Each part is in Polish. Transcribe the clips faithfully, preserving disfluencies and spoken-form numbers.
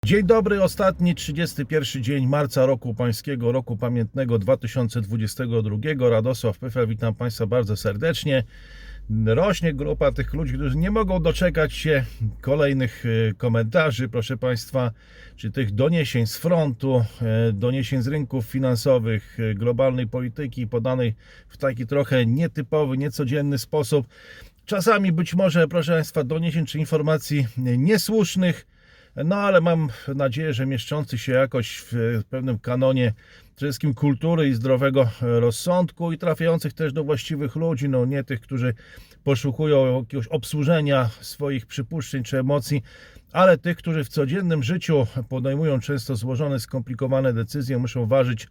Dzień dobry, ostatni trzydziesty pierwszy dzień marca roku pańskiego, roku pamiętnego dwa tysiące dwudziestego drugiego. Radosław Pyfel, witam Państwa bardzo serdecznie. Rośnie grupa tych ludzi, którzy nie mogą doczekać się kolejnych komentarzy, proszę Państwa, czy tych doniesień z frontu, doniesień z rynków finansowych, globalnej polityki podanej w taki trochę nietypowy, niecodzienny sposób. Czasami być może, proszę Państwa, doniesień czy informacji niesłusznych, no ale mam nadzieję, że mieszczący się jakoś w pewnym kanonie przede wszystkim kultury i zdrowego rozsądku i trafiających też do właściwych ludzi, no nie tych, którzy poszukują jakiegoś obsłużenia swoich przypuszczeń czy emocji, ale tych, którzy w codziennym życiu podejmują często złożone, skomplikowane decyzje, muszą ważyć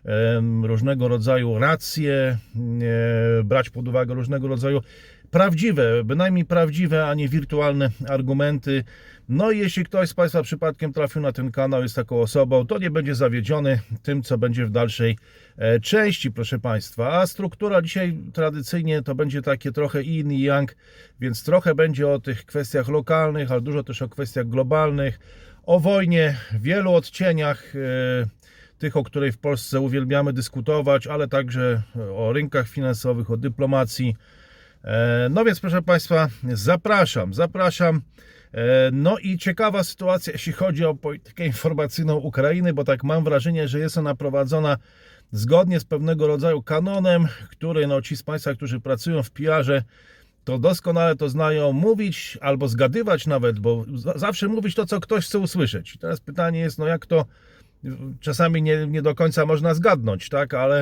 różnego rodzaju racje, brać pod uwagę różnego rodzaju prawdziwe, bynajmniej prawdziwe, a nie wirtualne argumenty. No i jeśli ktoś z Państwa przypadkiem trafił na ten kanał, jest taką osobą, to nie będzie zawiedziony tym, co będzie w dalszej części, proszę Państwa. A struktura dzisiaj tradycyjnie to będzie takie trochę yin i yang, więc trochę będzie o tych kwestiach lokalnych, ale dużo też o kwestiach globalnych, o wojnie, wielu odcieniach, tych, o której w Polsce uwielbiamy dyskutować, ale także o rynkach finansowych, o dyplomacji. No więc, proszę Państwa, zapraszam, zapraszam. No i ciekawa sytuacja, jeśli chodzi o politykę informacyjną Ukrainy, bo tak mam wrażenie, że jest ona prowadzona zgodnie z pewnego rodzaju kanonem, który no, ci z Państwa, którzy pracują w P R-ze, to doskonale to znają mówić albo zgadywać nawet, bo zawsze mówić to, co ktoś chce usłyszeć. I teraz pytanie jest, no jak to czasami nie, nie do końca można zgadnąć, tak, ale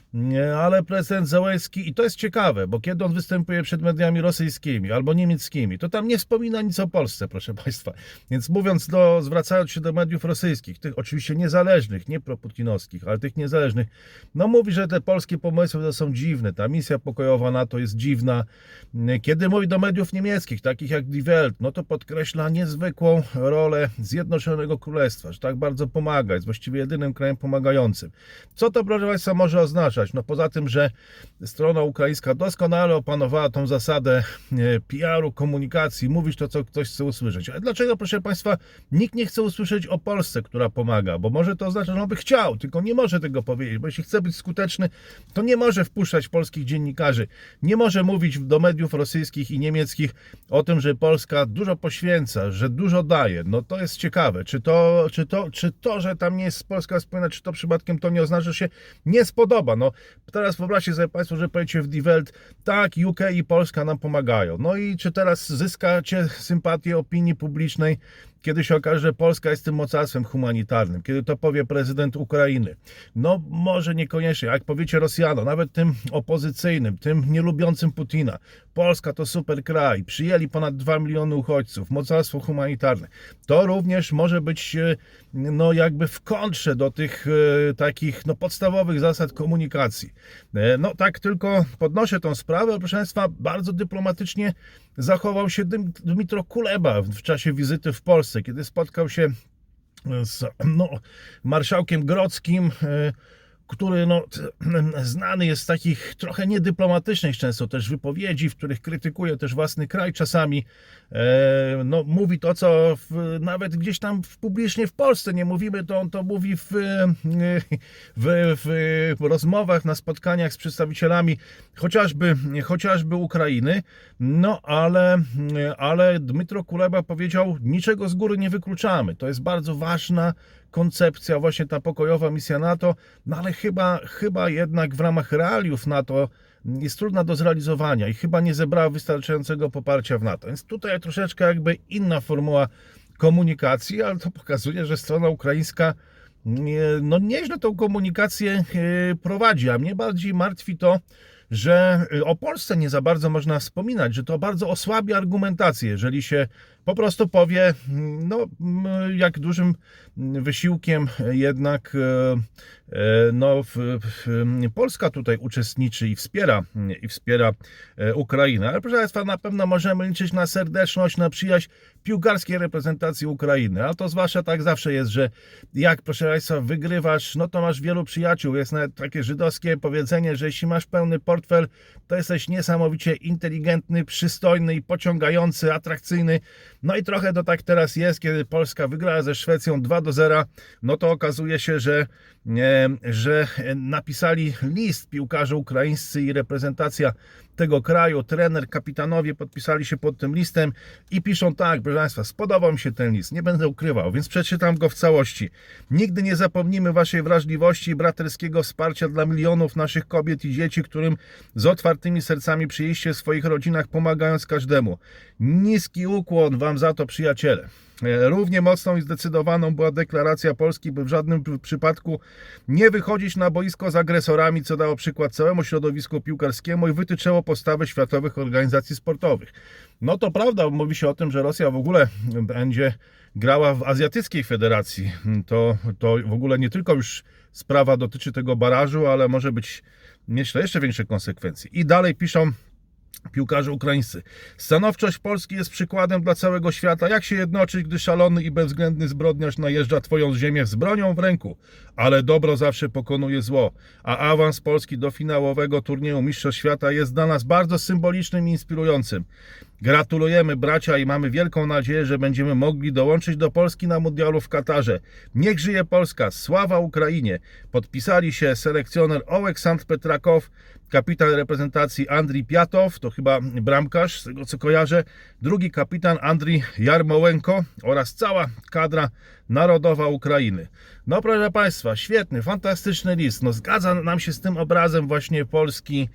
ale prezydent Zełenski, i to jest ciekawe, bo kiedy on występuje przed mediami rosyjskimi albo niemieckimi, to tam nie wspomina nic o Polsce, proszę Państwa. Więc mówiąc, do, zwracając się do mediów rosyjskich, tych oczywiście niezależnych, nie proputinowskich, ale tych niezależnych, no mówi, że te polskie pomysły to są dziwne, ta misja pokojowa NATO jest dziwna. Kiedy mówi do mediów niemieckich, takich jak Die Welt, no to podkreśla niezwykłą rolę Zjednoczonego Królestwa, że tak bardzo pomaga, jest właściwie jedynym krajem pomagającym. Co to, proszę Państwa, może oznaczać? No poza tym, że strona ukraińska doskonale opanowała tą zasadę P R-u, komunikacji, mówić to, co ktoś chce usłyszeć. Ale dlaczego, proszę Państwa, nikt nie chce usłyszeć o Polsce, która pomaga? Bo może to oznacza, że on by chciał, tylko nie może tego powiedzieć, bo jeśli chce być skuteczny, to nie może wpuszczać polskich dziennikarzy, nie może mówić do mediów rosyjskich i niemieckich o tym, że Polska dużo poświęca, że dużo daje. No to jest ciekawe. Czy to, czy to, czy to że tam nie jest Polska wspólna, czy to przypadkiem to nie oznacza, że się nie spodoba? No teraz wyobraźcie sobie Państwo, że powiecie w Die Welt, tak, U K i Polska nam pomagają. No i czy teraz zyskacie sympatię opinii publicznej, kiedy się okaże, że Polska jest tym mocarstwem humanitarnym, kiedy to powie prezydent Ukrainy? No może niekoniecznie, jak powiecie Rosjanom, nawet tym opozycyjnym, tym nielubiącym Putina, Polska to super kraj, przyjęli ponad dwa miliony uchodźców, mocarstwo humanitarne, to również może być no jakby w kontrze do tych e, takich no podstawowych zasad komunikacji. E, no tak tylko podnoszę tą sprawę, proszę Państwa, bardzo dyplomatycznie zachował się Dmytro Kuleba w czasie wizyty w Polsce, kiedy spotkał się z no, marszałkiem Grodzkim, który no, znany jest z takich trochę niedyplomatycznych często też wypowiedzi, w których krytykuje też własny kraj czasami. E, no, mówi to, co w, nawet gdzieś tam w, publicznie w Polsce nie mówimy, to on to mówi w, w, w rozmowach, na spotkaniach z przedstawicielami chociażby, chociażby Ukrainy. No ale, ale Dmytro Kuleba powiedział, niczego z góry nie wykluczamy. To jest bardzo ważna koncepcja, właśnie ta pokojowa misja NATO, no ale chyba, chyba jednak w ramach realiów NATO jest trudna do zrealizowania i chyba nie zebrała wystarczającego poparcia w NATO. Więc tutaj troszeczkę jakby inna formuła komunikacji, ale to pokazuje, że strona ukraińska no nieźle tą komunikację prowadzi, a mnie bardziej martwi to, że o Polsce nie za bardzo można wspominać, że to bardzo osłabi argumentację, jeżeli się po prostu powie, no jak dużym wysiłkiem jednak no, w, w, Polska tutaj uczestniczy i wspiera, i wspiera Ukrainę. Ale proszę Państwa, na pewno możemy liczyć na serdeczność, na przyjaźń piłkarskiej reprezentacji Ukrainy. Ale to zwłaszcza tak zawsze jest, że jak, proszę Państwa, wygrywasz, no to masz wielu przyjaciół. Jest nawet takie żydowskie powiedzenie, że jeśli masz pełny portfel, to jesteś niesamowicie inteligentny, przystojny i pociągający, atrakcyjny. No i trochę to tak teraz jest, kiedy Polska wygrała ze Szwecją dwa do zera, no to okazuje się, że, że napisali list piłkarze ukraińscy i reprezentacja tego kraju, trener, kapitanowie podpisali się pod tym listem i piszą tak: proszę Państwa, spodobał mi się ten list, nie będę ukrywał, więc przeczytam go w całości. Nigdy nie zapomnimy Waszej wrażliwości i braterskiego wsparcia dla milionów naszych kobiet i dzieci, którym z otwartymi sercami przyjęliście w swoich rodzinach, pomagając każdemu. Niski ukłon Wam za to, przyjaciele. Równie mocną i zdecydowaną była deklaracja Polski, by w żadnym przypadku nie wychodzić na boisko z agresorami, co dało przykład całemu środowisku piłkarskiemu i wytyczało postawę światowych organizacji sportowych. No to prawda, mówi się o tym, że Rosja w ogóle będzie grała w Azjatyckiej Federacji. To, to w ogóle nie tylko już sprawa dotyczy tego barażu, ale może być, mieć to jeszcze większe konsekwencje. I dalej piszą piłkarze ukraińscy: stanowczość Polski jest przykładem dla całego świata, jak się jednoczyć, gdy szalony i bezwzględny zbrodniarz najeżdża Twoją ziemię z bronią w ręku, ale dobro zawsze pokonuje zło, a awans Polski do finałowego turnieju Mistrzostw Świata jest dla nas bardzo symbolicznym i inspirującym. Gratulujemy, bracia, i mamy wielką nadzieję, że będziemy mogli dołączyć do Polski na mundialu w Katarze. Niech żyje Polska, sława Ukrainie. Podpisali się selekcjoner Oleksandr Petrakow, kapitan reprezentacji Andrii Piatow, to chyba bramkarz, z tego co kojarzę, drugi kapitan Andrii Jarmołenko oraz cała kadra narodowa Ukrainy. No proszę Państwa, świetny, fantastyczny list. No, zgadza nam się z tym obrazem właśnie Polski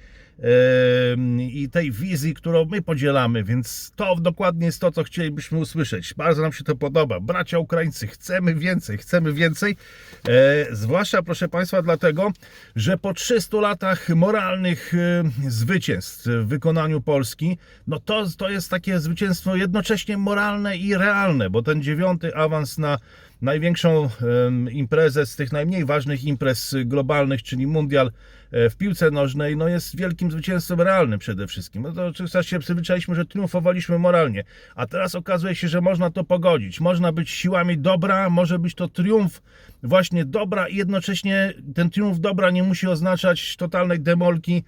i tej wizji, którą my podzielamy, więc to dokładnie jest to, co chcielibyśmy usłyszeć. Bardzo nam się to podoba. Bracia Ukraińcy, chcemy więcej, chcemy więcej, e, zwłaszcza, proszę Państwa, dlatego, że po trzystu latach moralnych e, zwycięstw w wykonaniu Polski, no to, to jest takie zwycięstwo jednocześnie moralne i realne, bo ten dziewiąty awans na największą e, imprezę z tych najmniej ważnych imprez globalnych, czyli mundial w piłce nożnej, no jest wielkim zwycięstwem realnym przede wszystkim. No to często się przyzwyczailiśmy, że triumfowaliśmy moralnie, a teraz okazuje się, że można to pogodzić. Można być siłami dobra, może być to triumf właśnie dobra i jednocześnie ten triumf dobra nie musi oznaczać totalnej demolki,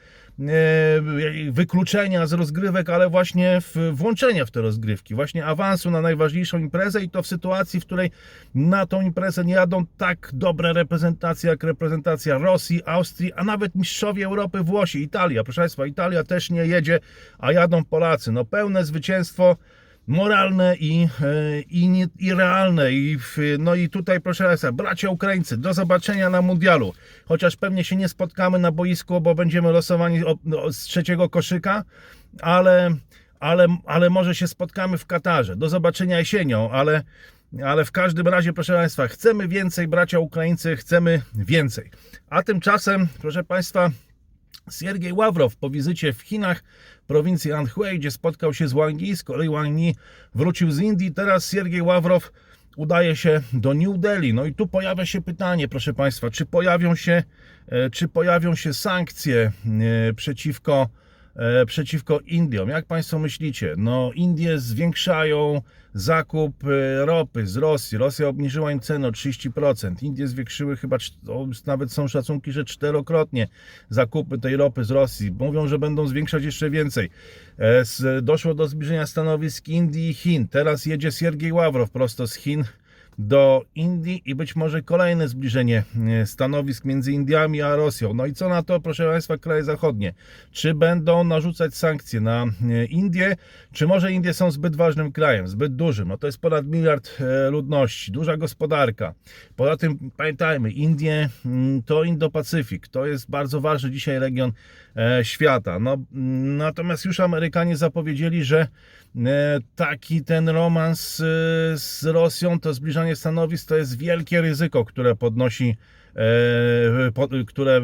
wykluczenia z rozgrywek, ale właśnie włączenia w te rozgrywki, właśnie awansu na najważniejszą imprezę, i to w sytuacji, w której na tą imprezę nie jadą tak dobre reprezentacje jak reprezentacja Rosji, Austrii, a nawet mistrzowie Europy Włosi, Italia. Proszę Państwa, Italia też nie jedzie, a jadą Polacy. No pełne zwycięstwo moralne i, i, i realne. I, no i tutaj, proszę Państwa, bracia Ukraińcy, do zobaczenia na mundialu. Chociaż pewnie się nie spotkamy na boisku, bo będziemy losowani z trzeciego koszyka, ale, ale, ale może się spotkamy w Katarze. Do zobaczenia jesienią, ale, ale w każdym razie, proszę Państwa, chcemy więcej, bracia Ukraińcy, chcemy więcej. A tymczasem, proszę Państwa, Siergiej Ławrow po wizycie w Chinach, prowincji Anhui, gdzie spotkał się z Wang Yi, z kolei Wang Yi wrócił z Indii. Teraz Siergiej Ławrow udaje się do New Delhi. No i tu pojawia się pytanie, proszę Państwa, czy pojawią się, czy pojawią się sankcje przeciwko, przeciwko Indiom? Jak Państwo myślicie? No Indie zwiększają zakup ropy z Rosji. Rosja obniżyła im cenę o trzydzieści procent. Indie zwiększyły chyba, nawet są szacunki, że czterokrotnie zakupy tej ropy z Rosji. Mówią, że będą zwiększać jeszcze więcej. Doszło do zbliżenia stanowisk Indii i Chin. Teraz jedzie Siergiej Ławrow prosto z Chin do Indii i być może kolejne zbliżenie stanowisk między Indiami a Rosją. No i co na to, proszę Państwa, kraje zachodnie? Czy będą narzucać sankcje na Indię, czy może Indie są zbyt ważnym krajem, zbyt dużym? No to jest ponad miliard ludności, duża gospodarka. Poza tym pamiętajmy, Indie to Indo-Pacyfik, to jest bardzo ważny dzisiaj region świata. No, natomiast już Amerykanie zapowiedzieli, że taki ten romans z Rosją, to zbliżanie zamrażanie stanowisk to jest wielkie ryzyko, które podnosi, e, po, które,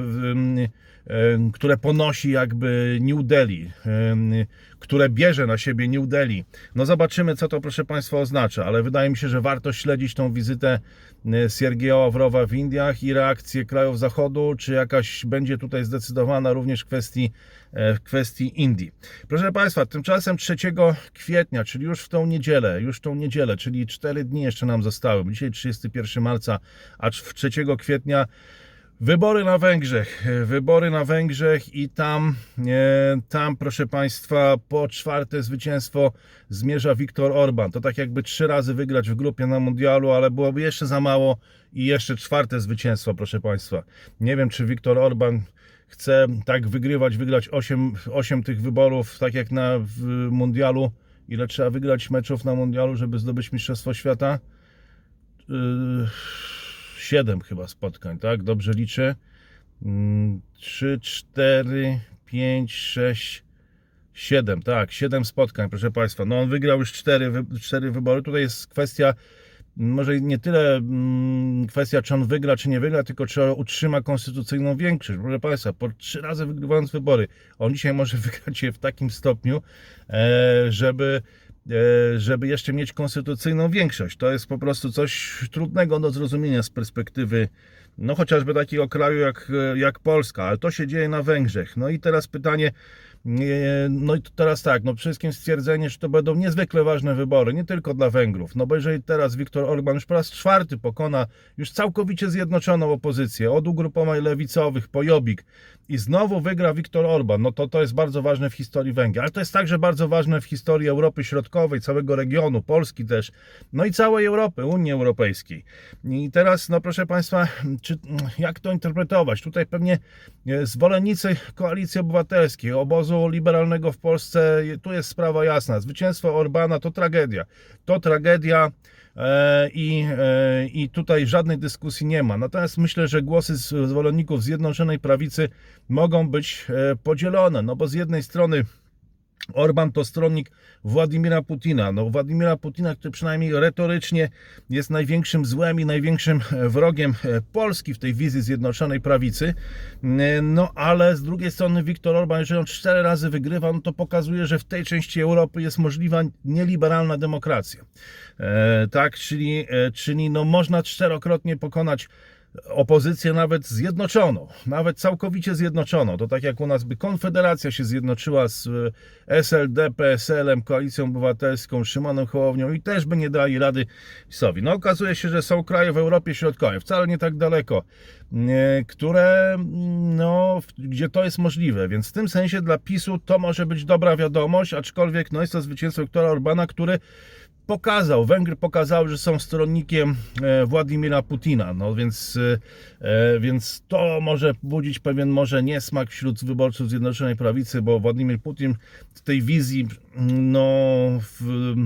e, które ponosi jakby New Delhi, e, które bierze na siebie New Delhi. No zobaczymy, co to, proszę Państwa, oznacza, ale wydaje mi się, że warto śledzić tą wizytę Siergieja Ławrowa w Indiach i reakcję krajów Zachodu, czy jakaś będzie tutaj zdecydowana również w kwestii, w kwestii Indii. Proszę Państwa, tymczasem trzeciego kwietnia, czyli już w tą niedzielę, już w tą niedzielę, czyli cztery dni jeszcze nam zostały, dzisiaj trzydziestego pierwszego marca, a trzeciego kwietnia wybory na Węgrzech, wybory na Węgrzech i tam, e, tam proszę Państwa, po czwarte zwycięstwo zmierza Viktor Orban. To tak jakby trzy razy wygrać w grupie na mundialu, ale byłoby jeszcze za mało i jeszcze czwarte zwycięstwo, proszę Państwa. Nie wiem, czy Viktor Orban chce tak wygrywać, wygrać osiem, osiem tych wyborów, tak jak na w mundialu. Ile trzeba wygrać meczów na mundialu, żeby zdobyć Mistrzostwo Świata? Yy... siedem chyba spotkań, tak? Dobrze liczę. trzy, cztery, pięć, sześć, siedem, tak, siedem spotkań, proszę Państwa. No on wygrał już cztery wybory. Tutaj jest kwestia, może nie tyle kwestia, czy on wygra, czy nie wygra, tylko czy utrzyma konstytucyjną większość. Proszę Państwa, po trzy razy wygrywając wybory, on dzisiaj może wygrać je w takim stopniu, żeby żeby jeszcze mieć konstytucyjną większość. To jest po prostu coś trudnego do zrozumienia z perspektywy no chociażby takiego kraju jak, jak Polska, ale to się dzieje na Węgrzech. No i teraz pytanie, no i teraz tak, no przede wszystkim stwierdzenie, że to będą niezwykle ważne wybory, nie tylko dla Węgrów, no bo jeżeli teraz Viktor Orban już po raz czwarty pokona już całkowicie zjednoczoną opozycję, od ugrupowań lewicowych po Jobbik i znowu wygra Viktor Orban, no to to jest bardzo ważne w historii Węgier, ale to jest także bardzo ważne w historii Europy Środkowej, całego regionu, Polski też, no i całej Europy, Unii Europejskiej. I teraz, no proszę Państwa, czy, jak to interpretować? Tutaj pewnie zwolennicy Koalicji Obywatelskiej, obozu liberalnego w Polsce, tu jest sprawa jasna. Zwycięstwo Orbana to tragedia. To tragedia e, i, e, i tutaj żadnej dyskusji nie ma. Natomiast myślę, że głosy zwolenników Zjednoczonej Prawicy mogą być e, podzielone, no bo z jednej strony Orban to stronnik Władimira Putina. No, Władimira Putina, który przynajmniej retorycznie jest największym złem i największym wrogiem Polski w tej wizji Zjednoczonej Prawicy. No ale z drugiej strony Viktor Orban, jeżeli on cztery razy wygrywa, no to pokazuje, że w tej części Europy jest możliwa nieliberalna demokracja. E, tak, czyli, e, czyli no można czterokrotnie pokonać opozycję nawet zjednoczoną, nawet całkowicie zjednoczoną. To tak jak u nas by Konfederacja się zjednoczyła z S L D, P S L-em, Koalicją Obywatelską, Szymonem Hołownią i też by nie dali rady PiS-owi. No okazuje się, że są kraje w Europie Środkowej, wcale nie tak daleko, które, no, gdzie to jest możliwe, więc w tym sensie dla PiS-u to może być dobra wiadomość, aczkolwiek no jest to zwycięstwo Viktora Orbana, który pokazał, Węgry pokazały, że są stronnikiem Władimira Putina, no więc, więc to może budzić pewien może niesmak wśród wyborców Zjednoczonej Prawicy, bo Władimir Putin w tej wizji no w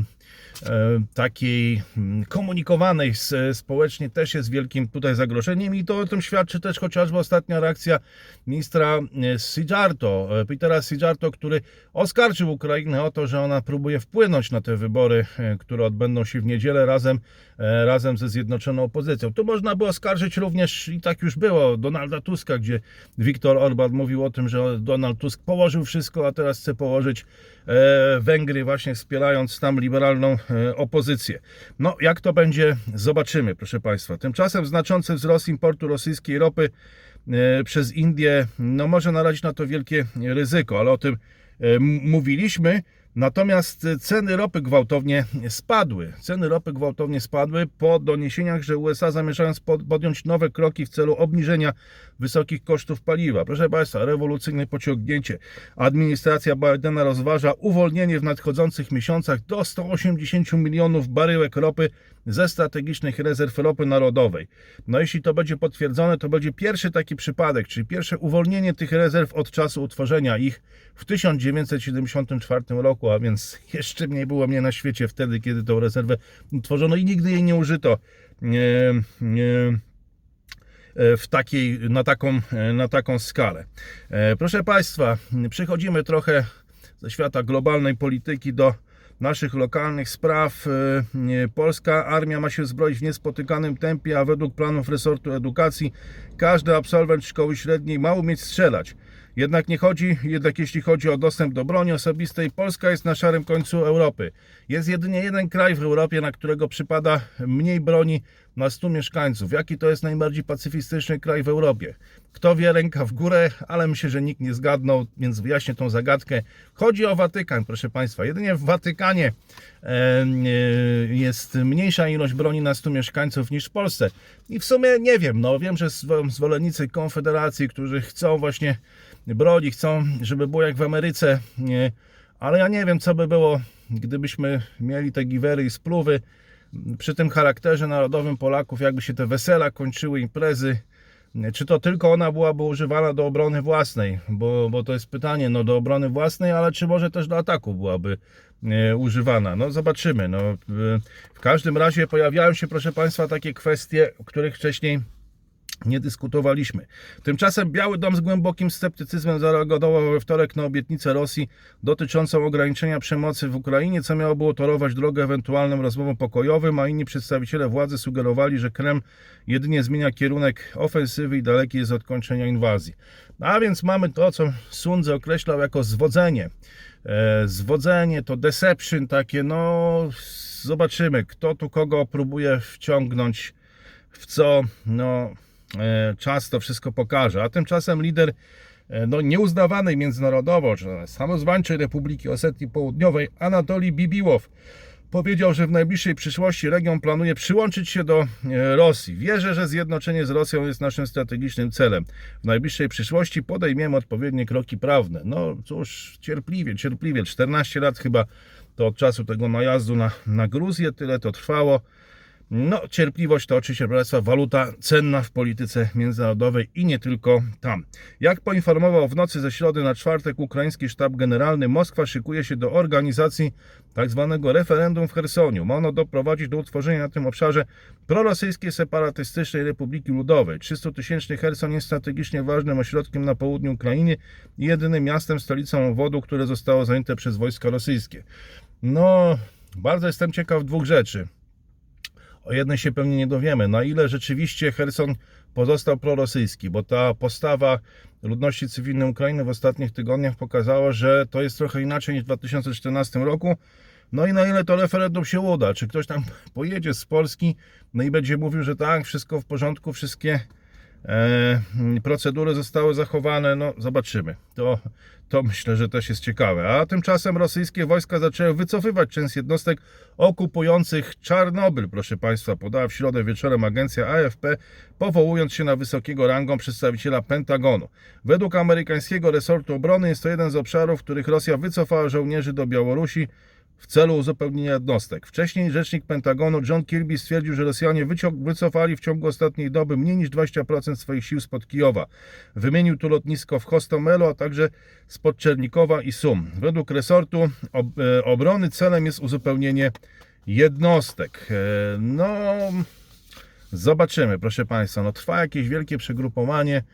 takiej komunikowanej społecznie też jest wielkim tutaj zagrożeniem i to o tym świadczy też chociażby ostatnia reakcja ministra Szijjarto, Petera Szijjarto, który oskarżył Ukrainę o to, że ona próbuje wpłynąć na te wybory, które odbędą się w niedzielę razem, razem ze zjednoczoną opozycją. Tu można by oskarżyć również, i tak już było, Donalda Tuska, gdzie Viktor Orban mówił o tym, że Donald Tusk położył wszystko, a teraz chce położyć Węgry, właśnie wspierając tam liberalną opozycję. No, jak to będzie, zobaczymy, proszę Państwa. Tymczasem znaczący wzrost importu rosyjskiej ropy przez Indię, no może narazić na to wielkie ryzyko, ale o tym mówiliśmy. Natomiast ceny ropy gwałtownie spadły. Ceny ropy gwałtownie spadły po doniesieniach, że U S A zamierzają podjąć nowe kroki w celu obniżenia wysokich kosztów paliwa. Proszę Państwa, rewolucyjne pociągnięcie. Administracja Bidena rozważa uwolnienie w nadchodzących miesiącach do stu osiemdziesięciu milionów baryłek ropy ze strategicznych rezerw ropy narodowej. No jeśli to będzie potwierdzone, to będzie pierwszy taki przypadek, czyli pierwsze uwolnienie tych rezerw od czasu utworzenia ich w tysiąc dziewięćset siedemdziesiątym czwartym roku, a więc jeszcze nie było mnie na świecie wtedy, kiedy tą rezerwę utworzono i nigdy jej nie użyto nie, nie, w takiej, na, taką, na taką skalę. Proszę Państwa, przechodzimy trochę ze świata globalnej polityki do naszych lokalnych spraw. Polska armia ma się zbroić w niespotykanym tempie, a według planów resortu edukacji każdy absolwent szkoły średniej ma umieć strzelać. Jednak nie chodzi, jednak jeśli chodzi o dostęp do broni osobistej, Polska jest na szarym końcu Europy. Jest jedynie jeden kraj w Europie, na którego przypada mniej broni na stu mieszkańców. Jaki to jest najbardziej pacyfistyczny kraj w Europie? Kto wie, ręka w górę, ale myślę, że nikt nie zgadnął, więc wyjaśnię tą zagadkę. Chodzi o Watykan, proszę Państwa. Jedynie w Watykanie jest mniejsza ilość broni na stu mieszkańców niż w Polsce. I w sumie nie wiem, no wiem, że zwolennicy Konfederacji, którzy chcą właśnie broni, chcą, żeby było jak w Ameryce, ale ja nie wiem, co by było, gdybyśmy mieli te giwery i spluwy przy tym charakterze narodowym Polaków, jakby się te wesela kończyły, imprezy, czy to tylko ona byłaby używana do obrony własnej, bo, bo to jest pytanie, no do obrony własnej, ale czy może też do ataku byłaby e, używana, no zobaczymy. No, w, w każdym razie pojawiają się, proszę Państwa, takie kwestie, o których wcześniej nie dyskutowaliśmy. Tymczasem Biały Dom z głębokim sceptycyzmem zareagował we wtorek na obietnicę Rosji dotyczącą ograniczenia przemocy w Ukrainie, co miało było torować drogę ewentualnym rozmowom pokojowym, a inni przedstawiciele władzy sugerowali, że Kreml jedynie zmienia kierunek ofensywy i daleki jest od kończenia inwazji. A więc mamy to, co Sundze określał jako zwodzenie. E, zwodzenie to deception takie, no zobaczymy, kto tu kogo próbuje wciągnąć w co, no czas to wszystko pokaże. A tymczasem lider no, nieuznawanej międzynarodowo, czy samozwańczej Republiki Osetii Południowej, Anatolij Bibiłow, powiedział, że w najbliższej przyszłości region planuje przyłączyć się do Rosji. Wierzę, że zjednoczenie z Rosją jest naszym strategicznym celem. W najbliższej przyszłości podejmiemy odpowiednie kroki prawne. No cóż, cierpliwie, cierpliwie. czternaście lat chyba to od czasu tego najazdu na, na Gruzję, tyle to trwało. No, cierpliwość to oczywiście, proszę Państwa, waluta cenna w polityce międzynarodowej i nie tylko tam. Jak poinformował w nocy ze środy na czwartek ukraiński sztab generalny, Moskwa szykuje się do organizacji tzw. referendum w Chersoniu. Ma ono doprowadzić do utworzenia na tym obszarze prorosyjskiej separatystycznej Republiki Ludowej. trzystutysięczny Cherson jest strategicznie ważnym ośrodkiem na południu Ukrainy i jedynym miastem, stolicą obwodu, które zostało zajęte przez wojska rosyjskie. No, bardzo jestem ciekaw dwóch rzeczy. O jednej się pewnie nie dowiemy, na ile rzeczywiście Cherson pozostał prorosyjski, bo ta postawa ludności cywilnej Ukrainy w ostatnich tygodniach pokazała, że to jest trochę inaczej niż w dwa tysiące czternastym roku. No i na ile to referendum się uda, czy ktoś tam pojedzie z Polski, no i będzie mówił, że tak, wszystko w porządku, wszystkie e, procedury zostały zachowane, no zobaczymy. To, to myślę, że też jest ciekawe. A tymczasem rosyjskie wojska zaczęły wycofywać część jednostek okupujących Czarnobyl, proszę Państwa, podała w środę wieczorem agencja A F P, powołując się na wysokiego rangą przedstawiciela Pentagonu. Według amerykańskiego resortu obrony jest to jeden z obszarów, w których Rosja wycofała żołnierzy do Białorusi w celu uzupełnienia jednostek. Wcześniej rzecznik Pentagonu John Kirby stwierdził, że Rosjanie wycofali w ciągu ostatniej doby mniej niż dwadzieścia procent swoich sił spod Kijowa. Wymienił tu lotnisko w Hostomelu, a także spod Czernikowa i Sum. Według resortu obrony celem jest uzupełnienie jednostek. No, zobaczymy, proszę Państwa. No, trwa jakieś wielkie przegrupowanie.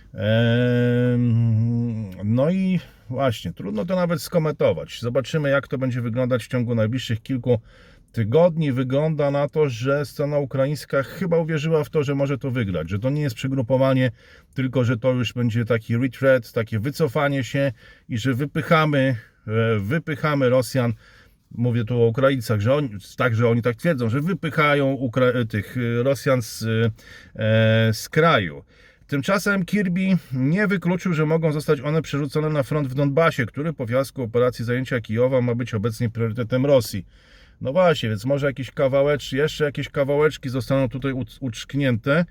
No i właśnie, trudno to nawet skomentować. Zobaczymy, jak to będzie wyglądać w ciągu najbliższych kilku tygodni. Wygląda na to, że strona ukraińska chyba uwierzyła w to, że może to wygrać, że to nie jest przegrupowanie, tylko że to już będzie taki retreat, takie wycofanie się i że wypychamy, wypychamy Rosjan. Mówię tu o Ukraińcach, że oni, tak, że oni tak twierdzą, że wypychają Ukra- tych Rosjan z, z kraju. Tymczasem Kirby nie wykluczył, że mogą zostać one przerzucone na front w Donbasie, który po fiasku operacji zajęcia Kijowa ma być obecnie priorytetem Rosji. No właśnie, więc może jakieś kawałeczki, jeszcze jakieś kawałeczki zostaną tutaj uczknięte.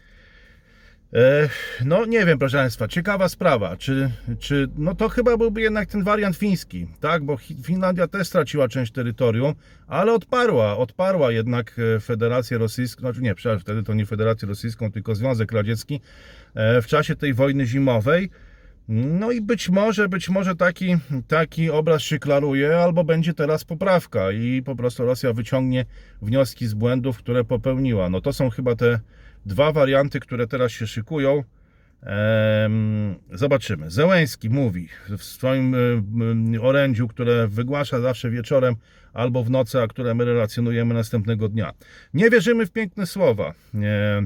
No nie wiem, proszę Państwa, ciekawa sprawa, czy, czy no to chyba byłby jednak ten wariant fiński, tak, bo Finlandia też straciła część terytorium, ale odparła, odparła jednak Federację Rosyjską, znaczy nie, przepraszam, wtedy to nie Federację Rosyjską, tylko Związek Radziecki w czasie tej wojny zimowej. No i być może, być może taki, taki obraz się klaruje, albo będzie teraz poprawka i po prostu Rosja wyciągnie wnioski z błędów, które popełniła. No to są chyba te dwa warianty, które teraz się szykują. Zobaczymy. Zełenski mówi w swoim orędziu, które wygłasza zawsze wieczorem albo w nocy, a które my relacjonujemy następnego dnia. Nie wierzymy w piękne słowa. Nie.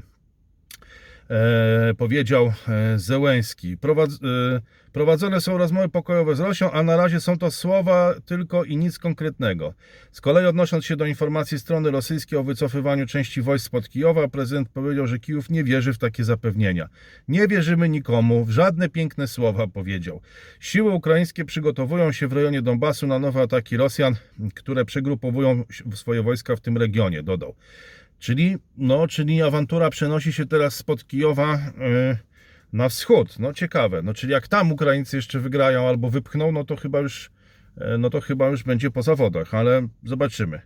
E, powiedział Zełenski. Prowadz, e, prowadzone są rozmowy pokojowe z Rosją, a na razie są to słowa tylko i nic konkretnego. Z kolei odnosząc się do informacji strony rosyjskiej o wycofywaniu części wojsk spod Kijowa, prezydent powiedział, że Kijów nie wierzy w takie zapewnienia. Nie wierzymy nikomu, w żadne piękne słowa, powiedział. Siły ukraińskie przygotowują się w rejonie Donbasu na nowe ataki Rosjan, które przegrupowują swoje wojska w tym regionie, dodał. Czyli, no, czyli awantura przenosi się teraz spod Kijowa yy, na wschód. No ciekawe. No, czyli jak tam Ukraińcy jeszcze wygrają albo wypchną, no to chyba już, yy, no to chyba już będzie po zawodach, ale zobaczymy.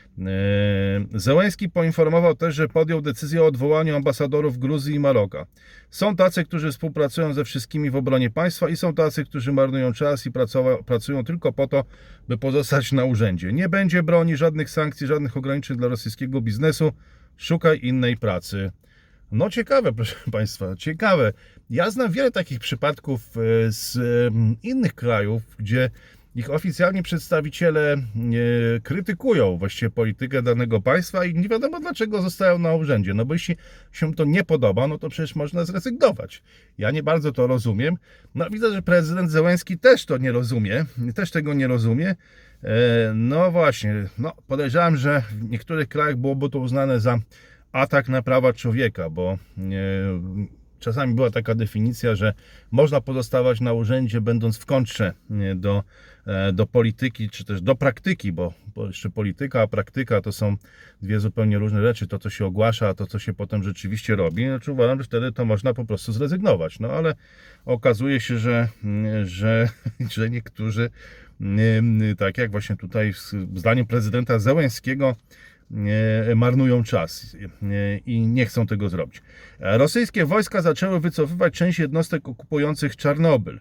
Yy, Zełenski poinformował też, że podjął decyzję o odwołaniu ambasadorów Gruzji i Maroka. Są tacy, którzy współpracują ze wszystkimi w obronie państwa i są tacy, którzy marnują czas i pracują tylko po to, by pozostać na urzędzie. Nie będzie broni, żadnych sankcji, żadnych ograniczeń dla rosyjskiego biznesu. Szukaj innej pracy. No ciekawe, proszę Państwa, ciekawe. Ja znam wiele takich przypadków z innych krajów, gdzie ich oficjalni przedstawiciele krytykują właściwie politykę danego państwa i nie wiadomo dlaczego zostają na urzędzie. No bo jeśli się to nie podoba, no to przecież można zrezygnować. Ja nie bardzo to rozumiem. No widzę, że prezydent Zełenski też to nie rozumie, też tego nie rozumie. No właśnie, no podejrzewam, że w niektórych krajach byłoby to uznane za atak na prawa człowieka, bo czasami była taka definicja, że można pozostawać na urzędzie, będąc w kontrze do, do polityki, czy też do praktyki, bo, bo jeszcze polityka, a praktyka to są dwie zupełnie różne rzeczy. To, co się ogłasza, a to, co się potem rzeczywiście robi. Znaczy uważam, że wtedy to można po prostu zrezygnować. No ale okazuje się, że, że, że niektórzy, tak jak właśnie tutaj zdaniem prezydenta Zełenskiego, marnują czas i nie chcą tego zrobić. Rosyjskie wojska zaczęły wycofywać część jednostek okupujących Czarnobyl.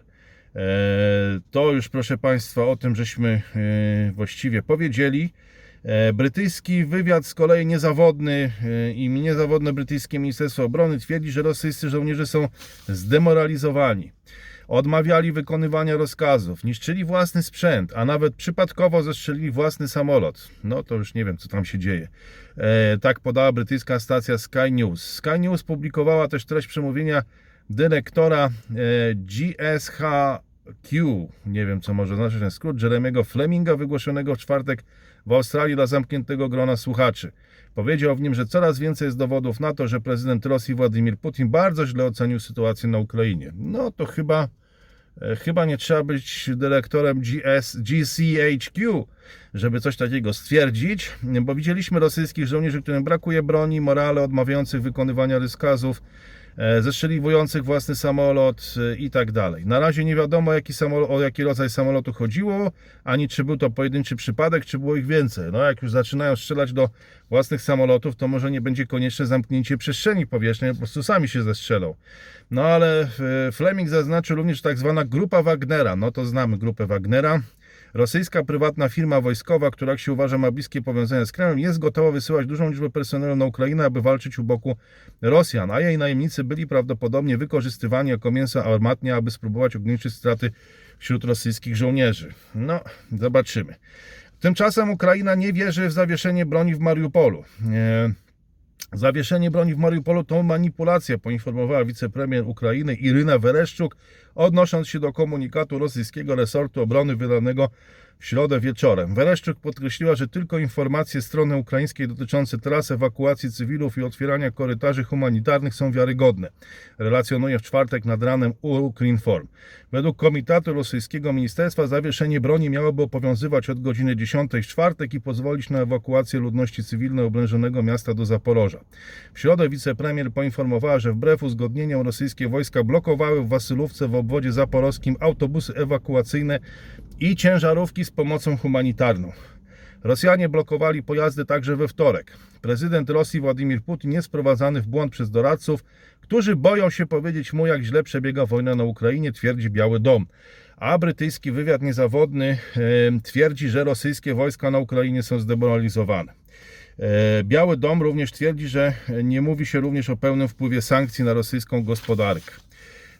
To już, proszę Państwa, o tym żeśmy właściwie powiedzieli. Brytyjski wywiad z kolei niezawodny i niezawodne brytyjskie Ministerstwo Obrony twierdzi, że rosyjscy żołnierze są zdemoralizowani. Odmawiali wykonywania rozkazów, niszczyli własny sprzęt, a nawet przypadkowo zestrzelili własny samolot. No to już nie wiem, co tam się dzieje. E, tak podała brytyjska stacja Sky News. Sky News publikowała też treść przemówienia dyrektora e, G S H Q, nie wiem, co może znaczyć ten skrót, Jeremiego Fleminga, wygłoszonego w czwartek w Australii dla zamkniętego grona słuchaczy. Powiedział w nim, że coraz więcej jest dowodów na to, że prezydent Rosji Władimir Putin bardzo źle ocenił sytuację na Ukrainie. No to chyba, chyba nie trzeba być dyrektorem G S, G C H Q, żeby coś takiego stwierdzić, bo widzieliśmy rosyjskich żołnierzy, którym brakuje broni, morale, odmawiających wykonywania rozkazów, zestrzeliwujących własny samolot i tak dalej. Na razie nie wiadomo, jaki samolot, o jaki rodzaj samolotu chodziło, ani czy był to pojedynczy przypadek, czy było ich więcej. No jak już zaczynają strzelać do własnych samolotów, to może nie będzie konieczne zamknięcie przestrzeni powietrznej, po prostu sami się zestrzelą. No ale Fleming zaznaczył również tak zwana grupa Wagnera. No to znamy grupę Wagnera. Rosyjska prywatna firma wojskowa, która jak się uważa ma bliskie powiązania z Kremlem, jest gotowa wysyłać dużą liczbę personelu na Ukrainę, aby walczyć u boku Rosjan, a jej najemnicy byli prawdopodobnie wykorzystywani jako mięso armatnie, aby spróbować ograniczyć straty wśród rosyjskich żołnierzy. No, zobaczymy. Tymczasem Ukraina nie wierzy w zawieszenie broni w Mariupolu. Zawieszenie broni w Mariupolu to manipulacja, poinformowała wicepremier Ukrainy Iryna Wereszczuk, odnosząc się do komunikatu rosyjskiego resortu obrony wydanego w środę wieczorem. Wereszczuk podkreśliła, że tylko informacje strony ukraińskiej dotyczące tras ewakuacji cywilów i otwierania korytarzy humanitarnych są wiarygodne. Relacjonuje w czwartek nad ranem Ukrinform. Według komitatu rosyjskiego ministerstwa zawieszenie broni miałoby obowiązywać od godziny dziesiątej w czwartek i pozwolić na ewakuację ludności cywilnej oblężonego miasta do Zaporoża. W środę wicepremier poinformowała, że wbrew uzgodnieniom rosyjskie wojska blokowały w Wasylówce w obwodzie zaporowskim autobusy ewakuacyjne i ciężarówki z pomocą humanitarną. Rosjanie blokowali pojazdy także we wtorek. Prezydent Rosji Władimir Putin jest wprowadzany w błąd przez doradców, którzy boją się powiedzieć mu, jak źle przebiega wojna na Ukrainie, twierdzi Biały Dom. A brytyjski wywiad niezawodny e, twierdzi, że rosyjskie wojska na Ukrainie są zdemoralizowane. E, Biały Dom również twierdzi, że nie mówi się również o pełnym wpływie sankcji na rosyjską gospodarkę.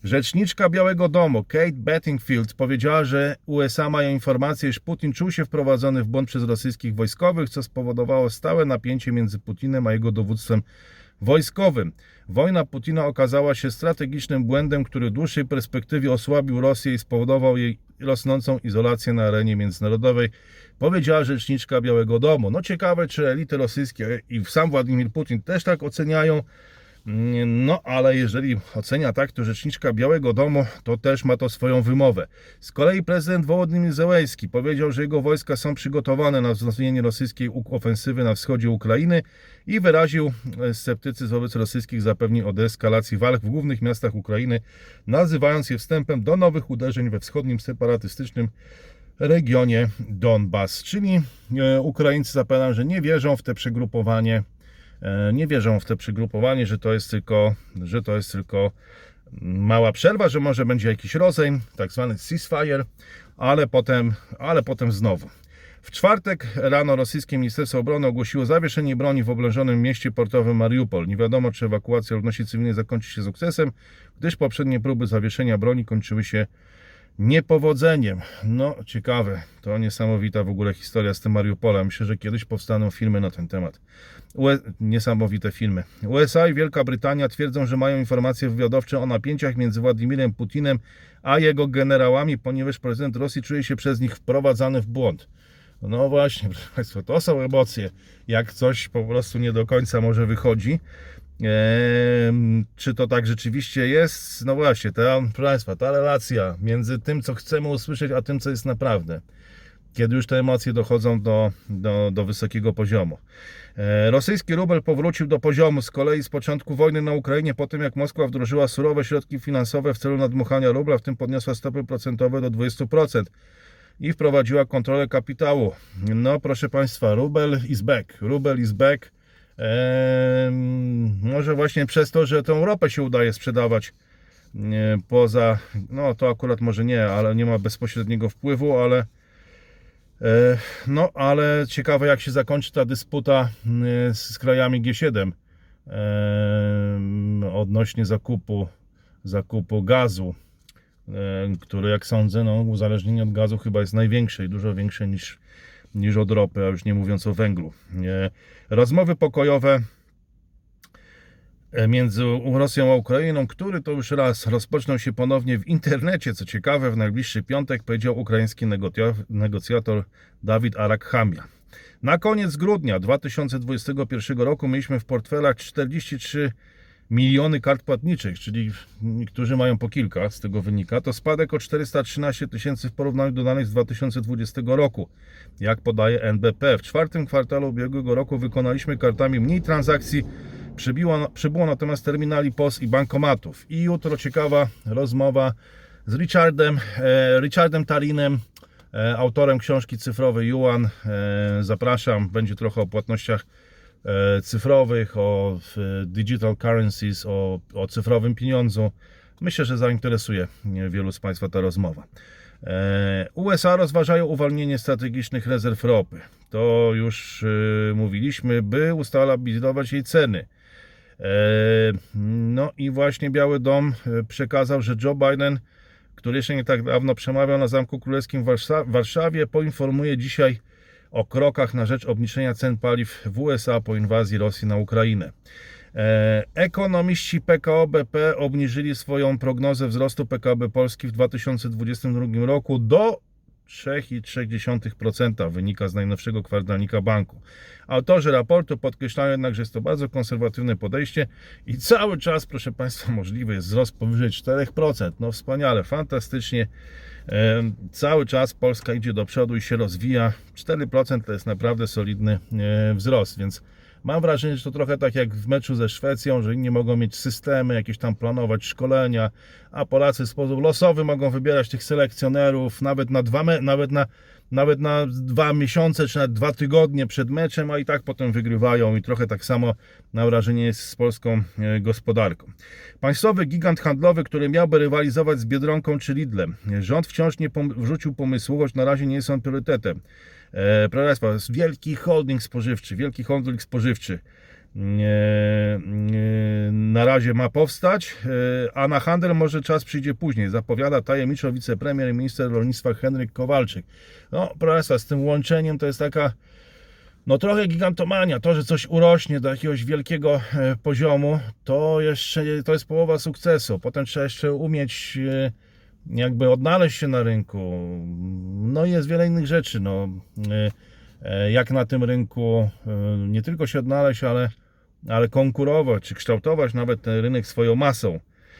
Rzeczniczka Białego Domu Kate Bedingfield powiedziała, że U S A mają informację, iż Putin czuł się wprowadzony w błąd przez rosyjskich wojskowych, co spowodowało stałe napięcie między Putinem a jego dowództwem wojskowym. Wojna Putina okazała się strategicznym błędem, który w dłuższej perspektywie osłabił Rosję i spowodował jej rosnącą izolację na arenie międzynarodowej, powiedziała rzeczniczka Białego Domu. No ciekawe, czy elity rosyjskie i sam Władimir Putin też tak oceniają. No ale jeżeli ocenia tak, to rzeczniczka Białego Domu to też ma to swoją wymowę. Z kolei prezydent Wołodymyr Zełenski powiedział, że jego wojska są przygotowane na wzmocnienie rosyjskiej ofensywy na wschodzie Ukrainy i wyraził sceptycyzm wobec rosyjskich zapewnień o deeskalacji walk w głównych miastach Ukrainy, nazywając je wstępem do nowych uderzeń we wschodnim separatystycznym regionie Donbas. Czyli Ukraińcy zapewniają, że nie wierzą w te przegrupowanie Nie wierzą w te przygrupowanie, że to jest tylko, że to jest tylko mała przerwa, że może będzie jakiś rozejm, tak zwany ceasefire, ale potem, ale potem znowu. W czwartek rano rosyjskie Ministerstwo Obrony ogłosiło zawieszenie broni w oblężonym mieście portowym Mariupol. Nie wiadomo, czy ewakuacja ludności cywilnej zakończy się sukcesem, gdyż poprzednie próby zawieszenia broni kończyły się niepowodzeniem. No, ciekawe. To niesamowita w ogóle historia z tym Mariupolem. Myślę, że kiedyś powstaną filmy na ten temat. UE... Niesamowite filmy. U S A i Wielka Brytania twierdzą, że mają informacje wywiadowcze o napięciach między Władimirem Putinem a jego generałami, ponieważ prezydent Rosji czuje się przez nich wprowadzany w błąd. No właśnie, proszę Państwa, to są emocje. Jak coś po prostu nie do końca może wychodzi. Eee, czy to tak rzeczywiście jest? No właśnie, ta, proszę Państwa, ta relacja między tym, co chcemy usłyszeć, a tym, co jest naprawdę. Kiedy już te emocje dochodzą do, do, do wysokiego poziomu. Eee, rosyjski rubel powrócił do poziomu z kolei z początku wojny na Ukrainie, po tym jak Moskwa wdrożyła surowe środki finansowe w celu nadmuchania rubla, w tym podniosła stopy procentowe do dwudziestu procent i wprowadziła kontrolę kapitału. No proszę Państwa, rubel is back. Rubel is back. Eee, może właśnie przez to, że tę ropę się udaje sprzedawać e, poza, no to akurat może nie, ale nie ma bezpośredniego wpływu, ale e, no ale ciekawe jak się zakończy ta dysputa e, z krajami G siedem e, odnośnie zakupu zakupu gazu, e, który jak sądzę, no uzależnienie od gazu chyba jest największe i dużo większe niż niż od ropy, a już nie mówiąc o węglu. Rozmowy pokojowe między Rosją a Ukrainą, który to już raz rozpoczną się ponownie w internecie. Co ciekawe, w najbliższy piątek, powiedział ukraiński negocjator Dawid Arakhamia. Na koniec grudnia dwa tysiące dwudziestego pierwszego roku mieliśmy w portfelach czterdzieści trzy miliony kart płatniczych, czyli niektórzy mają po kilka, z tego wynika. To spadek o czterysta trzynaście tysięcy w porównaniu do danych z dwa tysiące dwudziestego roku, jak podaje N B P. W czwartym kwartale ubiegłego roku wykonaliśmy kartami mniej transakcji, przybyło, przybyło natomiast terminali P O S i bankomatów. I jutro ciekawa rozmowa z Richardem, e, Richardem Tarinem, e, autorem książki Cyfrowy Yuan. E, zapraszam, będzie trochę o płatnościach cyfrowych, o digital currencies, o, o cyfrowym pieniądzu. Myślę, że zainteresuje wielu z Państwa ta rozmowa. U S A rozważają uwolnienie strategicznych rezerw ropy. To już mówiliśmy, by ustabilizować jej ceny. No i właśnie Biały Dom przekazał, że Joe Biden, który jeszcze nie tak dawno przemawiał na Zamku Królewskim w Warszawie, poinformuje dzisiaj o krokach na rzecz obniżenia cen paliw w U S A po inwazji Rosji na Ukrainę. Ekonomiści P K O B P obniżyli swoją prognozę wzrostu P K B Polski w dwa tysiące dwudziestym drugim roku do trzy przecinek trzy procent, wynika z najnowszego kwartalnika banku. Autorzy raportu podkreślają jednak, że jest to bardzo konserwatywne podejście i cały czas, proszę Państwa, możliwy jest wzrost powyżej czterech procent. No wspaniale, fantastycznie. Cały czas Polska idzie do przodu i się rozwija. cztery procent to jest naprawdę solidny wzrost, więc mam wrażenie, że to trochę tak jak w meczu ze Szwecją, że inni mogą mieć systemy, jakieś tam planować szkolenia, a Polacy w sposób losowy mogą wybierać tych selekcjonerów nawet na dwa, nawet na, nawet na dwa miesiące, czy nawet dwa tygodnie przed meczem, a i tak potem wygrywają i trochę tak samo na wrażenie jest z polską gospodarką. Państwowy gigant handlowy, który miałby rywalizować z Biedronką czy Lidlem. Rząd wciąż nie wrzucił pomysłu, choć na razie nie jest on priorytetem. E, proszę Państwa, wielki holding spożywczy, wielki holding spożywczy na razie ma powstać, a na handel może czas przyjdzie później, zapowiada tajemniczo wicepremier i minister rolnictwa Henryk Kowalczyk. No proszę, z tym łączeniem to jest taka no trochę gigantomania. To, że coś urośnie do jakiegoś wielkiego poziomu, to jeszcze to jest połowa sukcesu. Potem trzeba jeszcze umieć jakby odnaleźć się na rynku. No i jest wiele innych rzeczy. No, jak na tym rynku nie tylko się odnaleźć, ale, ale konkurować, czy kształtować nawet ten rynek swoją masą.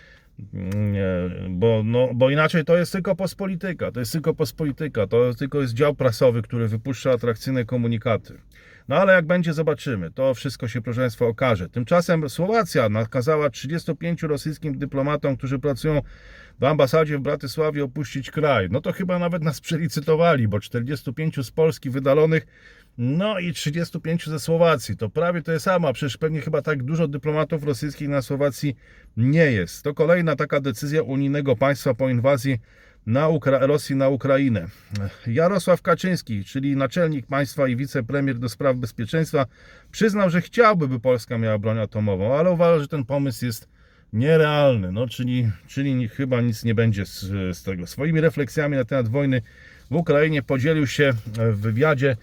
Bo, no, bo inaczej to jest tylko pospolityka, to jest tylko pospolityka, to tylko jest dział prasowy, który wypuszcza atrakcyjne komunikaty. No ale jak będzie, zobaczymy, to wszystko się, proszę Państwa, okaże. Tymczasem Słowacja nakazała trzydziestu pięciu rosyjskim dyplomatom, którzy pracują w ambasadzie w Bratysławie, opuścić kraj. No to chyba nawet nas przelicytowali, bo czterdziestu pięciu z Polski wydalonych, no i trzydziestu pięciu ze Słowacji. To prawie to jest samo, a przecież pewnie chyba tak dużo dyplomatów rosyjskich na Słowacji nie jest. To kolejna taka decyzja unijnego państwa po inwazji na Ukra- Rosji na Ukrainę. Jarosław Kaczyński, czyli naczelnik państwa i wicepremier do spraw bezpieczeństwa, przyznał, że chciałby, by Polska miała broń atomową, ale uważa, że ten pomysł jest nierealny. No, czyli, czyli chyba nic nie będzie z, z tego. Swoimi refleksjami na temat wojny w Ukrainie podzielił się w wywiadzie,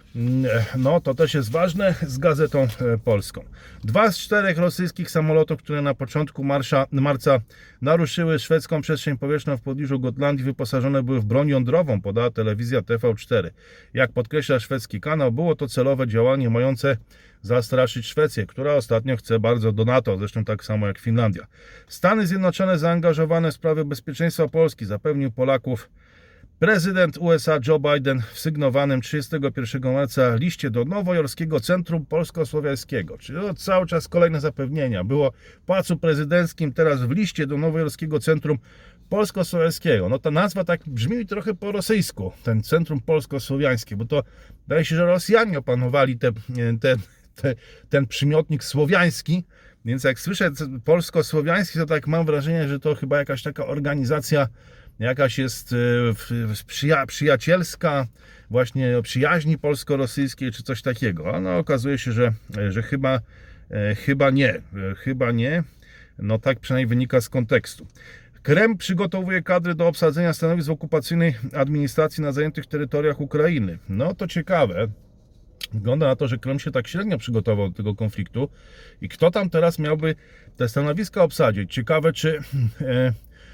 no to też jest ważne, z Gazetą Polską. Dwa z czterech rosyjskich samolotów, które na początku marsza, marca naruszyły szwedzką przestrzeń powietrzną w pobliżu Gotlandii, wyposażone były w broń jądrową, podała telewizja T V cztery. Jak podkreśla szwedzki kanał, było to celowe działanie mające zastraszyć Szwecję, która ostatnio chce bardzo do NATO, zresztą tak samo jak Finlandia. Stany Zjednoczone zaangażowane w sprawy bezpieczeństwa Polski, zapewnił Polaków prezydent U S A Joe Biden w sygnowanym trzydziestego pierwszego marca liście do Nowojorskiego Centrum Polsko-Słowiańskiego. Czyli no, cały czas kolejne zapewnienia. Było w Pałacu Prezydenckim, teraz w liście do Nowojorskiego Centrum Polsko-Słowiańskiego. No ta nazwa tak brzmi trochę po rosyjsku, ten Centrum Polsko-Słowiańskie, bo to wydaje się, że Rosjanie opanowali te, te, te, ten przymiotnik słowiański, więc jak słyszę polsko-słowiański, to tak mam wrażenie, że to chyba jakaś taka organizacja jakaś jest przyja przyjacielska, właśnie o przyjaźni polsko-rosyjskiej, czy coś takiego. No okazuje się, że, że chyba, chyba nie, chyba nie. No tak przynajmniej wynika z kontekstu. Kreml przygotowuje kadry do obsadzenia stanowisk w okupacyjnej administracji na zajętych terytoriach Ukrainy. No to ciekawe. Wygląda na to, że Kreml się tak średnio przygotował do tego konfliktu. I kto tam teraz miałby te stanowiska obsadzić? Ciekawe, czy... E,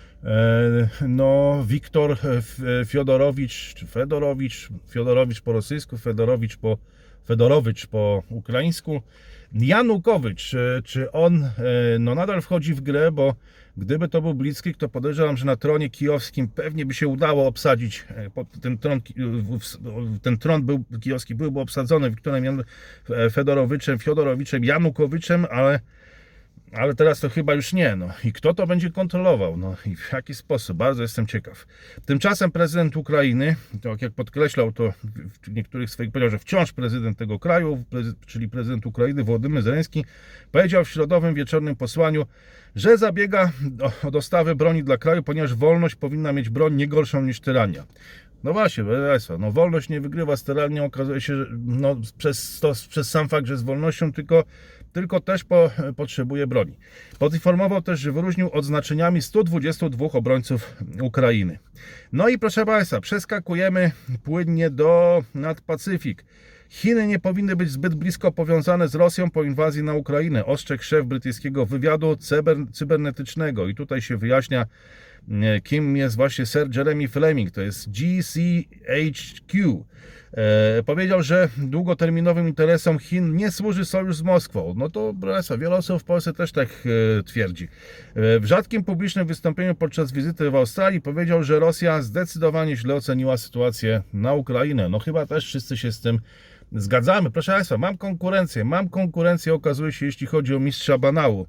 no Wiktor Fiodorowicz, czy Fedorowicz, Fiodorowicz po rosyjsku, Fedorowicz po, Fedorowicz po ukraińsku, Janukowicz, czy on no nadal wchodzi w grę, bo gdyby to był Blitzkrieg, to podejrzewam, że na tronie kijowskim pewnie by się udało obsadzić, ten tron, ten tron był, kijowski byłby obsadzony Wiktorem Jan, Fedorowiczem, Fiodorowiczem, Janukowiczem, ale Ale teraz to chyba już nie. No. I kto to będzie kontrolował? No i w jaki sposób? Bardzo jestem ciekaw. Tymczasem prezydent Ukrainy, tak jak podkreślał to w niektórych swoich, powiedział, że wciąż prezydent tego kraju, czyli prezydent Ukrainy Wołodymyr Zełenski, powiedział w środowym wieczornym posłaniu, że zabiega o dostawę broni dla kraju, ponieważ wolność powinna mieć broń nie gorszą niż tyrania. No właśnie, no wolność nie wygrywa z tyranią, okazuje się, że no, przez, to, przez sam fakt, że z wolnością tylko, tylko też po, potrzebuje broni. Poinformował też, że wyróżnił odznaczeniami stu dwudziestu dwóch obrońców Ukrainy. No i proszę Państwa, przeskakujemy płynnie do nad Pacyfik. Chiny nie powinny być zbyt blisko powiązane z Rosją po inwazji na Ukrainę, ostrzegł szef brytyjskiego wywiadu cyber, cybernetycznego. I tutaj się wyjaśnia, kim jest właśnie Sir Jeremy Fleming, to jest G C H Q. E, powiedział, że długoterminowym interesom Chin nie służy sojusz z Moskwą. No to proszę, wiele osób w Polsce też tak e, twierdzi. E, w rzadkim publicznym wystąpieniu podczas wizyty w Australii powiedział, że Rosja zdecydowanie źle oceniła sytuację na Ukrainę. No chyba też wszyscy się z tym zgadzamy. Proszę Państwa, mam konkurencję, mam konkurencję, okazuje się, jeśli chodzi o mistrza banału.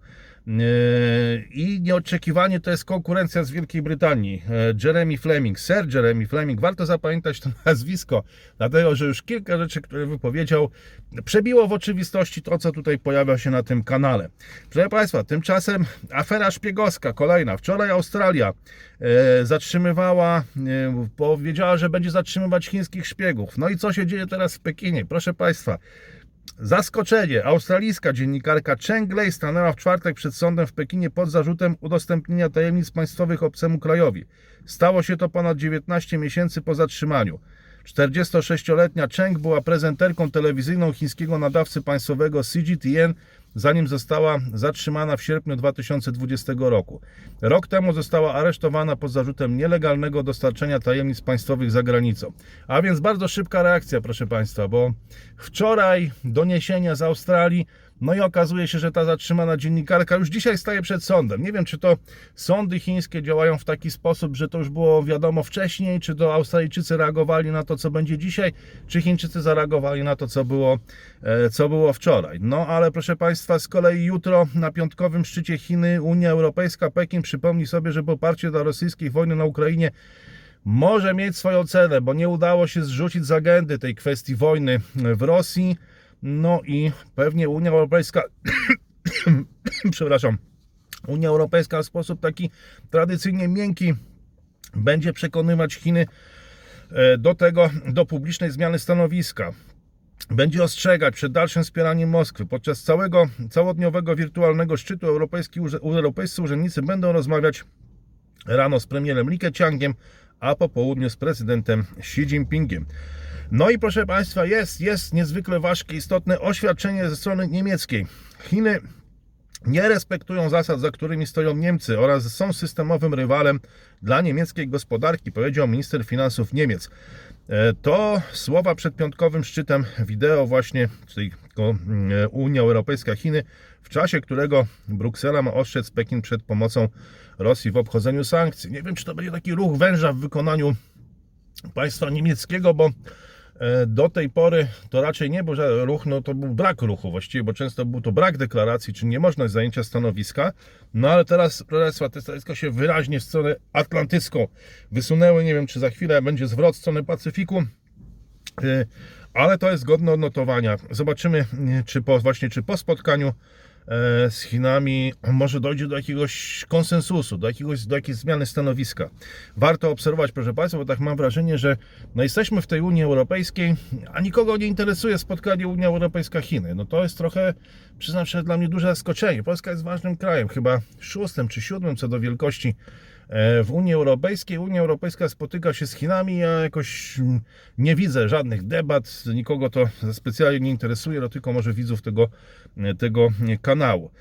I nieoczekiwanie to jest konkurencja z Wielkiej Brytanii. Jeremy Fleming, Sir Jeremy Fleming, warto zapamiętać to nazwisko, dlatego że już kilka rzeczy, które wypowiedział, przebiło w oczywistości to, co tutaj pojawia się na tym kanale. Proszę Państwa, tymczasem afera szpiegowska, kolejna. Wczoraj Australia e, zatrzymywała, e, powiedziała, że będzie zatrzymywać chińskich szpiegów. No i co się dzieje teraz w Pekinie? Proszę Państwa, Zaskoczenie. Australijska dziennikarka Cheng Lei stanęła w czwartek przed sądem w Pekinie pod zarzutem udostępnienia tajemnic państwowych obcemu krajowi. Stało się to ponad dziewiętnaście miesięcy po zatrzymaniu. czterdziestosześcioletnia Cheng była prezenterką telewizyjną chińskiego nadawcy państwowego C G T N, zanim została zatrzymana w sierpniu dwa tysiące dwudziestego roku. Rok temu została aresztowana pod zarzutem nielegalnego dostarczenia tajemnic państwowych za granicą. A więc bardzo szybka reakcja, proszę Państwa, bo wczoraj doniesienia z Australii, no i okazuje się, że ta zatrzymana dziennikarka już dzisiaj staje przed sądem. Nie wiem, czy to sądy chińskie działają w taki sposób, że to już było wiadomo wcześniej, czy to Australijczycy reagowali na to, co będzie dzisiaj, czy Chińczycy zareagowali na to, co było, co było wczoraj. No ale proszę Państwa, z kolei jutro na piątkowym szczycie Chiny, Unia Europejska, Pekin przypomni sobie, że poparcie dla rosyjskiej wojny na Ukrainie może mieć swoją cenę, bo nie udało się zrzucić z agendy tej kwestii wojny w Rosji. No i pewnie Unia Europejska, przepraszam, Unia Europejska w sposób taki tradycyjnie miękki będzie przekonywać Chiny do tego, do publicznej zmiany stanowiska. Będzie ostrzegać przed dalszym wspieraniem Moskwy. Podczas całego całodniowego wirtualnego szczytu europejski, europejscy urzędnicy będą rozmawiać rano z premierem Li Keqiangiem, a po południu z prezydentem Xi Jinpingiem. No i proszę Państwa, jest, jest niezwykle ważkie, istotne oświadczenie ze strony niemieckiej. Chiny nie respektują zasad, za którymi stoją Niemcy oraz są systemowym rywalem dla niemieckiej gospodarki, powiedział minister finansów Niemiec. To słowa przed piątkowym szczytem wideo właśnie, czyli Unia Europejska-Chiny, w czasie którego Bruksela ma ostrzec Pekin przed pomocą Rosji w obchodzeniu sankcji. Nie wiem, czy to będzie taki ruch węża w wykonaniu państwa niemieckiego, bo do tej pory to raczej nie był ruch, no to był brak ruchu właściwie, bo często był to brak deklaracji, czy niemożność zajęcia stanowiska. No ale teraz, proszę Państwa, te stanowiska się wyraźnie w stronę atlantycką wysunęły. Nie wiem, czy za chwilę będzie zwrot w stronę Pacyfiku, ale to jest godne odnotowania. Zobaczymy, czy po, właśnie czy po spotkaniu z Chinami może dojdzie do jakiegoś konsensusu, do, jakiegoś, do jakiejś zmiany stanowiska. Warto obserwować, proszę Państwa, bo tak mam wrażenie, że no jesteśmy w tej Unii Europejskiej, a nikogo nie interesuje spotkanie Unia Europejska-Chiny. No to jest trochę, przyznam się, dla mnie duże zaskoczenie. Polska jest ważnym krajem, chyba szóstym czy siódmym co do wielkości w Unii Europejskiej. Unia Europejska spotyka się z Chinami, ja jakoś nie widzę żadnych debat, nikogo to specjalnie nie interesuje, no tylko może widzów tego, tego kanału.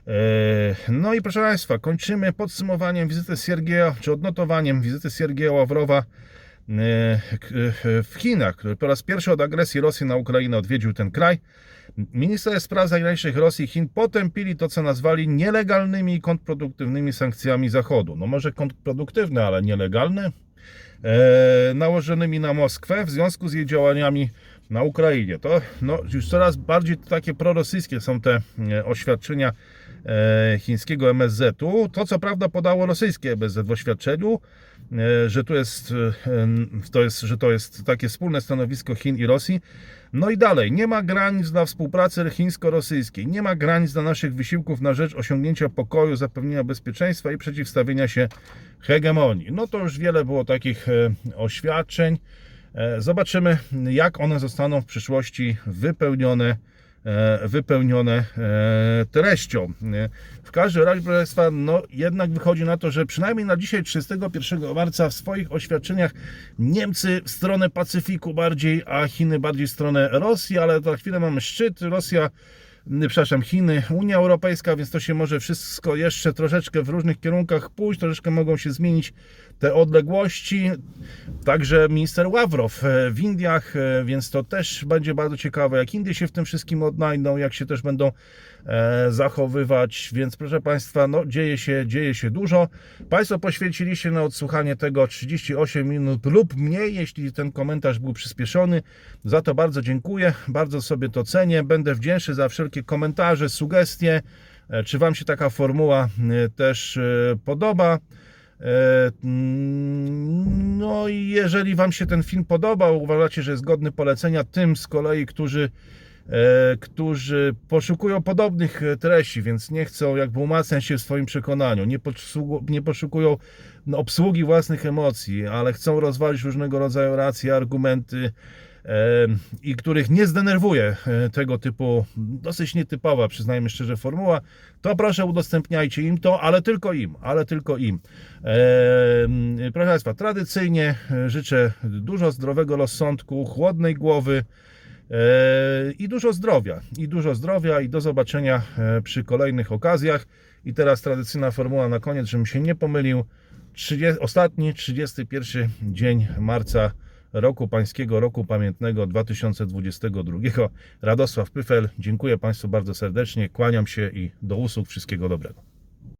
No i proszę Państwa, kończymy podsumowaniem wizyty Siergieja, czy odnotowaniem wizyty Siergieja Ławrowa w Chinach, który po raz pierwszy od agresji Rosji na Ukrainę odwiedził ten kraj. Minister spraw zagranicznych Rosji i Chin potępili to, co nazwali nielegalnymi i kontrproduktywnymi sankcjami Zachodu. No może kontrproduktywne, ale nielegalne, e, nałożonymi na Moskwę w związku z jej działaniami na Ukrainie. To no, już coraz bardziej takie prorosyjskie są te e, oświadczenia e, chińskiego M S Z-u. To, co prawda, podało rosyjskie M S Z w oświadczeniu, e, że, tu jest, e, to jest, że to jest takie wspólne stanowisko Chin i Rosji. No i dalej, nie ma granic dla współpracy chińsko-rosyjskiej, nie ma granic dla naszych wysiłków na rzecz osiągnięcia pokoju, zapewnienia bezpieczeństwa i przeciwstawienia się hegemonii. No to już wiele było takich oświadczeń. Zobaczymy, jak one zostaną w przyszłości wypełnione, wypełnione treścią. W każdym razie, proszę Państwa, no jednak wychodzi na to, że przynajmniej na dzisiaj, trzydziestego pierwszego marca, w swoich oświadczeniach Niemcy w stronę Pacyfiku bardziej, a Chiny bardziej w stronę Rosji, ale za chwilę mamy szczyt, Rosja, przepraszam, Chiny, Unia Europejska, więc to się może wszystko jeszcze troszeczkę w różnych kierunkach pójść, troszeczkę mogą się zmienić te odległości. Także minister Ławrow w Indiach, więc to też będzie bardzo ciekawe, jak Indie się w tym wszystkim odnajdą, jak się też będą zachowywać, więc proszę Państwa, no dzieje się, dzieje się dużo. Państwo poświęciliście na odsłuchanie tego trzydzieści osiem minut lub mniej, jeśli ten komentarz był przyspieszony. Za to bardzo dziękuję, bardzo sobie to cenię. Będę wdzięczny za wszelkie komentarze, sugestie. Czy Wam się taka formuła też podoba? No i jeżeli Wam się ten film podobał, uważacie, że jest godny polecenia tym z kolei, którzy którzy poszukują podobnych treści, więc nie chcą jakby umacniać się w swoim przekonaniu, nie, nie poszukują obsługi własnych emocji, ale chcą rozwalić różnego rodzaju racje, argumenty, i których nie zdenerwuje tego typu dosyć nietypowa, przyznajmy szczerze, formuła, to proszę udostępniajcie im to, ale tylko im, ale tylko im. Proszę Państwa, tradycyjnie życzę dużo zdrowego rozsądku, chłodnej głowy i dużo zdrowia, i dużo zdrowia i do zobaczenia przy kolejnych okazjach. I teraz tradycyjna formuła na koniec, żebym się nie pomylił. trzydziesty, ostatni, trzydziesty pierwszy dzień marca roku pańskiego, roku pamiętnego dwa tysiące dwudziestego drugiego. Radosław Pyfel, dziękuję Państwu bardzo serdecznie, kłaniam się i do usług, wszystkiego dobrego.